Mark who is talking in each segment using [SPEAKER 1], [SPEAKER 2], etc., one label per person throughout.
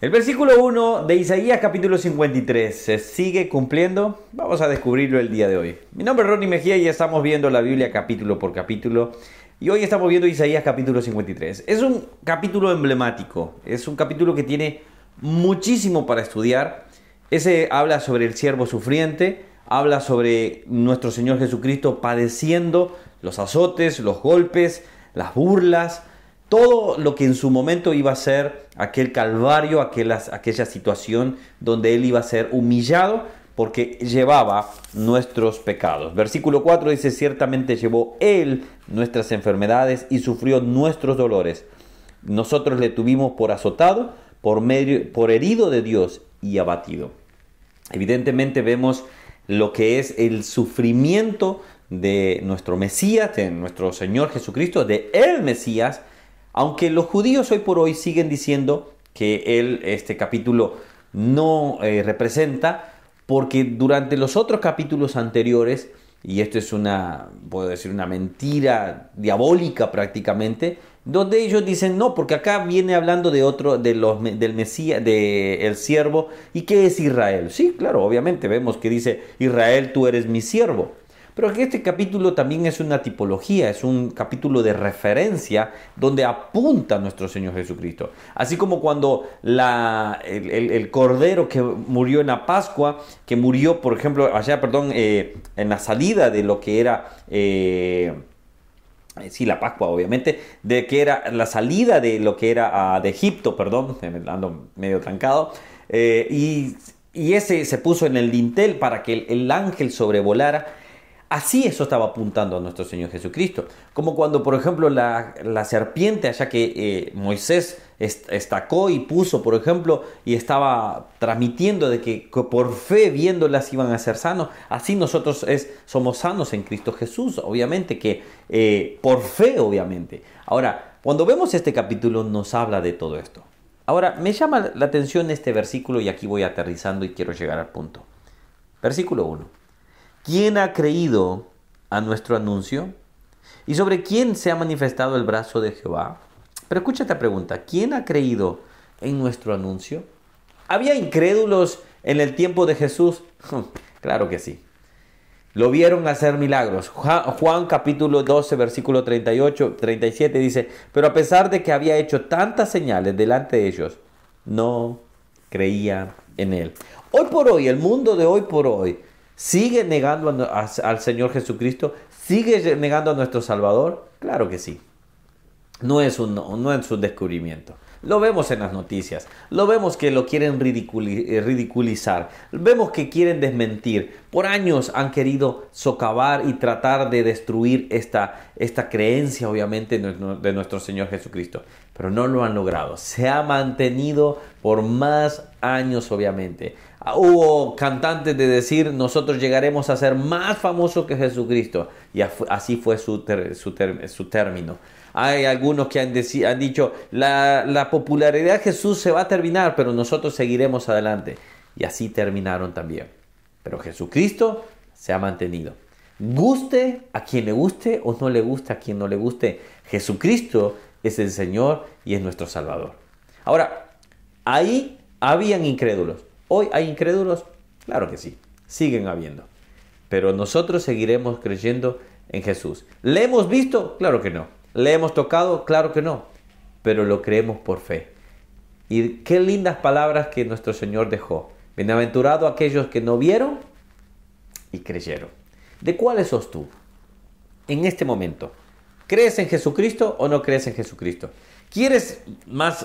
[SPEAKER 1] El versículo 1 de Isaías capítulo 53 se sigue cumpliendo. Vamos a descubrirlo el día de hoy. Mi nombre es Ronnie Mejía y estamos viendo la Biblia capítulo por capítulo. Y hoy estamos viendo Isaías capítulo 53. Es un capítulo emblemático. Es un capítulo que tiene muchísimo para estudiar. Ese habla sobre el siervo sufriente. Habla sobre nuestro Señor Jesucristo padeciendo los azotes, los golpes, las burlas. Todo lo que en su momento iba a ser aquel calvario, aquella situación donde Él iba a ser humillado porque llevaba nuestros pecados. Versículo 4 dice, ciertamente llevó Él nuestras enfermedades y sufrió nuestros dolores. Nosotros le tuvimos por azotado, por herido de Dios y abatido. Evidentemente vemos lo que es el sufrimiento de nuestro Mesías, de nuestro Señor Jesucristo, de el Mesías. Aunque los judíos hoy por hoy siguen diciendo que este capítulo no representa, porque durante los otros capítulos anteriores, y esto es puedo decir, una mentira diabólica prácticamente, donde ellos dicen no, porque acá viene hablando del Mesías, del siervo, ¿y qué es Israel? Sí, claro, obviamente vemos que dice Israel, tú eres mi siervo. Pero este capítulo también es una tipología, es un capítulo de referencia donde apunta a nuestro Señor Jesucristo. Así como cuando el cordero que murió en la Pascua, que murió, por ejemplo, en la salida de lo que era... la Pascua, obviamente, de que era la salida de lo que era de Egipto, ando medio trancado, y ese se puso en el dintel para que el ángel sobrevolara. Así eso estaba apuntando a nuestro Señor Jesucristo. Como cuando, por ejemplo, la serpiente, allá que Moisés estacó y puso, por ejemplo, y estaba transmitiendo de que por fe viéndolas iban a ser sanos. Así nosotros somos sanos en Cristo Jesús, obviamente, que por fe, obviamente. Ahora, cuando vemos este capítulo nos habla de todo esto. Ahora, me llama la atención este versículo y aquí voy aterrizando y quiero llegar al punto. Versículo 1. ¿Quién ha creído a nuestro anuncio? ¿Y sobre quién se ha manifestado el brazo de Jehová? Pero escucha esta pregunta. ¿Quién ha creído en nuestro anuncio? ¿Había incrédulos en el tiempo de Jesús? Claro que sí. Lo vieron hacer milagros. Juan capítulo 12, versículo 38, 37 dice, pero a pesar de que había hecho tantas señales delante de ellos, no creía en él. Hoy por hoy, el mundo de hoy por hoy, ¿sigue negando al Señor Jesucristo? ¿Sigue negando a nuestro Salvador? Claro que sí. No es un descubrimiento. Lo vemos en las noticias. Lo vemos que lo quieren ridiculizar. Vemos que quieren desmentir. Por años han querido socavar y tratar de destruir esta creencia, obviamente, de nuestro Señor Jesucristo. Pero no lo han logrado. Se ha mantenido por más años, obviamente. Hubo cantantes de decir, nosotros llegaremos a ser más famosos que Jesucristo. Y así fue su término. Hay algunos que han dicho, la popularidad de Jesús se va a terminar, pero nosotros seguiremos adelante. Y así terminaron también. Pero Jesucristo se ha mantenido. Guste a quien le guste o no le guste a quien no le guste, Jesucristo es el Señor y es nuestro Salvador. Ahora, ahí habían incrédulos. ¿Hoy hay incrédulos? Claro que sí, siguen habiendo. Pero nosotros seguiremos creyendo en Jesús. ¿Le hemos visto? Claro que no. ¿Le hemos tocado? Claro que no. Pero lo creemos por fe. Y qué lindas palabras que nuestro Señor dejó. Bienaventurados aquellos que no vieron y creyeron. ¿De cuáles sos tú en este momento? ¿Crees en Jesucristo o no crees en Jesucristo? ¿Quieres más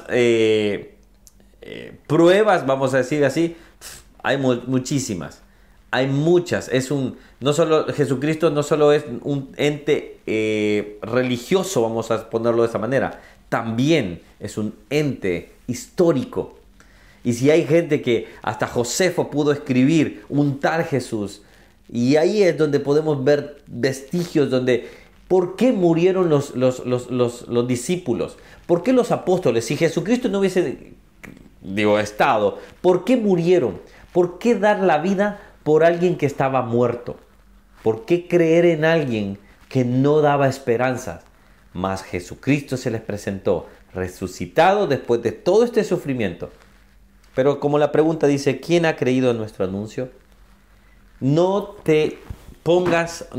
[SPEAKER 1] pruebas, vamos a decir así? Hay muchísimas. Hay muchas. Jesucristo no solo es un ente religioso, vamos a ponerlo de esa manera. También es un ente histórico. Y si hay gente que hasta Josefo pudo escribir un tal Jesús, y ahí es donde podemos ver vestigios ¿por qué murieron los discípulos? ¿Por qué los apóstoles? Si Jesucristo no hubiese estado, ¿por qué murieron? ¿Por qué dar la vida por alguien que estaba muerto? ¿Por qué creer en alguien que no daba esperanzas? Mas Jesucristo se les presentó resucitado después de todo este sufrimiento. Pero como la pregunta dice, ¿quién ha creído en nuestro anuncio? No te pongas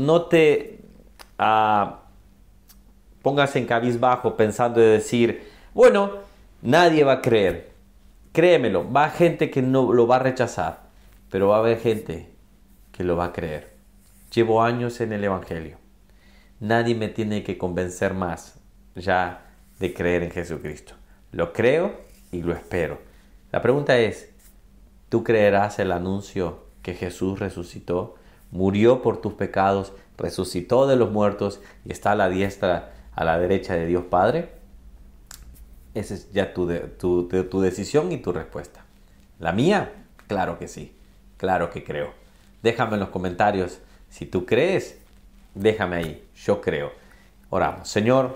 [SPEAKER 1] en cabizbajo pensando de decir, bueno, nadie va a creer. Créemelo, va a gente que no lo va a rechazar, pero va a haber gente que lo va a creer. Llevo años en el Evangelio. Nadie me tiene que convencer más ya de creer en Jesucristo. Lo creo y lo espero. La pregunta es, ¿tú creerás el anuncio que Jesús resucitó, murió por tus pecados, resucitó de los muertos y está a la diestra, a la derecha de Dios Padre? Esa es ya tu decisión y tu respuesta. ¿La mía? Claro que sí, claro que creo. Déjame en los comentarios si tú crees, déjame ahí, yo creo. Oramos. Señor,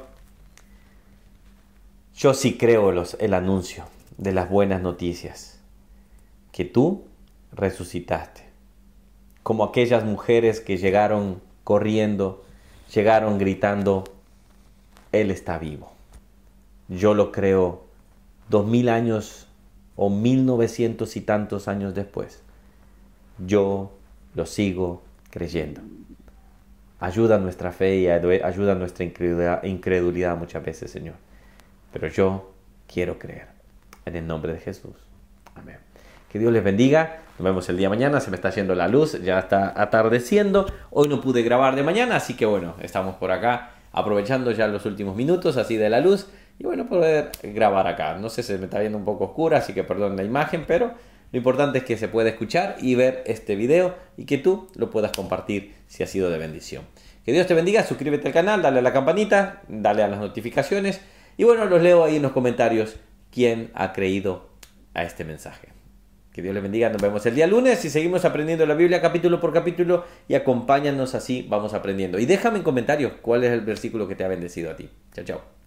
[SPEAKER 1] yo sí creo el anuncio de las buenas noticias, que tú resucitaste, como aquellas mujeres que llegaron corriendo, llegaron gritando, Él está vivo. Yo lo creo 2000 años o 1900 y tantos años después. Yo lo sigo creyendo. Ayuda nuestra fe y ayuda nuestra incredulidad muchas veces, Señor. Pero yo quiero creer. En el nombre de Jesús. Amén. Que Dios les bendiga. Nos vemos el día de mañana. Se me está yendo la luz. Ya está atardeciendo. Hoy no pude grabar de mañana. Así que bueno, estamos por acá aprovechando ya los últimos minutos así de la luz. Y bueno, poder grabar acá. No sé, se me está viendo un poco oscura. Así que perdón la imagen. Pero lo importante es que se pueda escuchar y ver este video. Y que tú lo puedas compartir si ha sido de bendición. Que Dios te bendiga. Suscríbete al canal. Dale a la campanita. Dale a las notificaciones. Y bueno, los leo ahí en los comentarios. ¿Quién ha creído a este mensaje? Que Dios les bendiga. Nos vemos el día lunes y seguimos aprendiendo la Biblia capítulo por capítulo y acompáñanos así, vamos aprendiendo. Y déjame en comentarios cuál es el versículo que te ha bendecido a ti. Chao, chao.